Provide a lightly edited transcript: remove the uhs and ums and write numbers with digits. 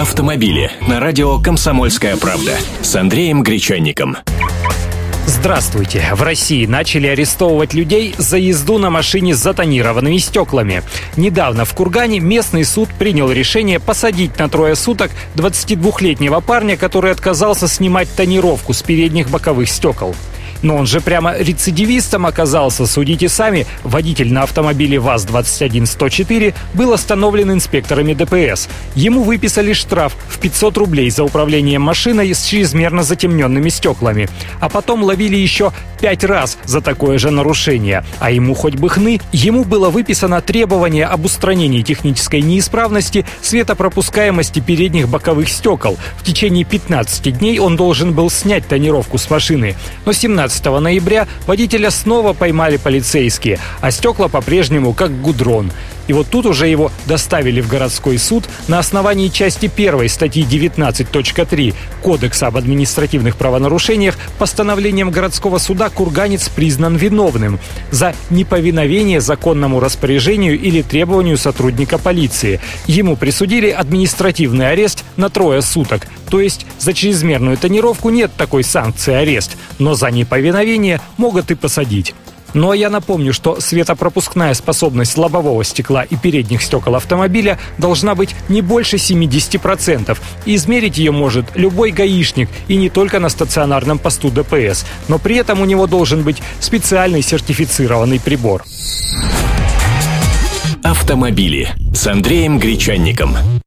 Автомобили на радио «Комсомольская правда» с Андреем Гречанником. Здравствуйте! В России начали арестовывать людей за езду на машине с затонированными стеклами. Недавно в Кургане местный суд принял решение посадить на 3 суток 22-летнего парня, который отказался снимать тонировку с передних боковых стекол. Но он же прямо рецидивистом оказался, судите сами. Водитель на автомобиле ВАЗ-21104 был остановлен инспекторами ДПС. Ему выписали штраф в 500 рублей за управление машиной с чрезмерно затемненными стеклами. А потом ловили еще 5 раз за такое же нарушение. А ему хоть бы хны. Ему было выписано требование об устранении технической неисправности светопропускаемости передних боковых стекол. В течение 15 дней он должен был снять тонировку с машины. Но 17 ноября водителя снова поймали полицейские, а стекла по-прежнему как гудрон. И вот тут уже его доставили в городской суд на основании части 1 статьи 19.3 Кодекса об административных правонарушениях. Постановлением городского суда курганец признан виновным за неповиновение законному распоряжению или требованию сотрудника полиции. Ему присудили административный арест на 3 суток. То есть за чрезмерную тонировку нет такой санкции арест, но за неповиновение могут и посадить. Ну а я напомню, что светопропускная способность лобового стекла и передних стекол автомобиля должна быть не больше 70%. И измерить ее может любой гаишник, и не только на стационарном посту ДПС. Но при этом у него должен быть специальный сертифицированный прибор. Автомобили с Андреем Гречанником.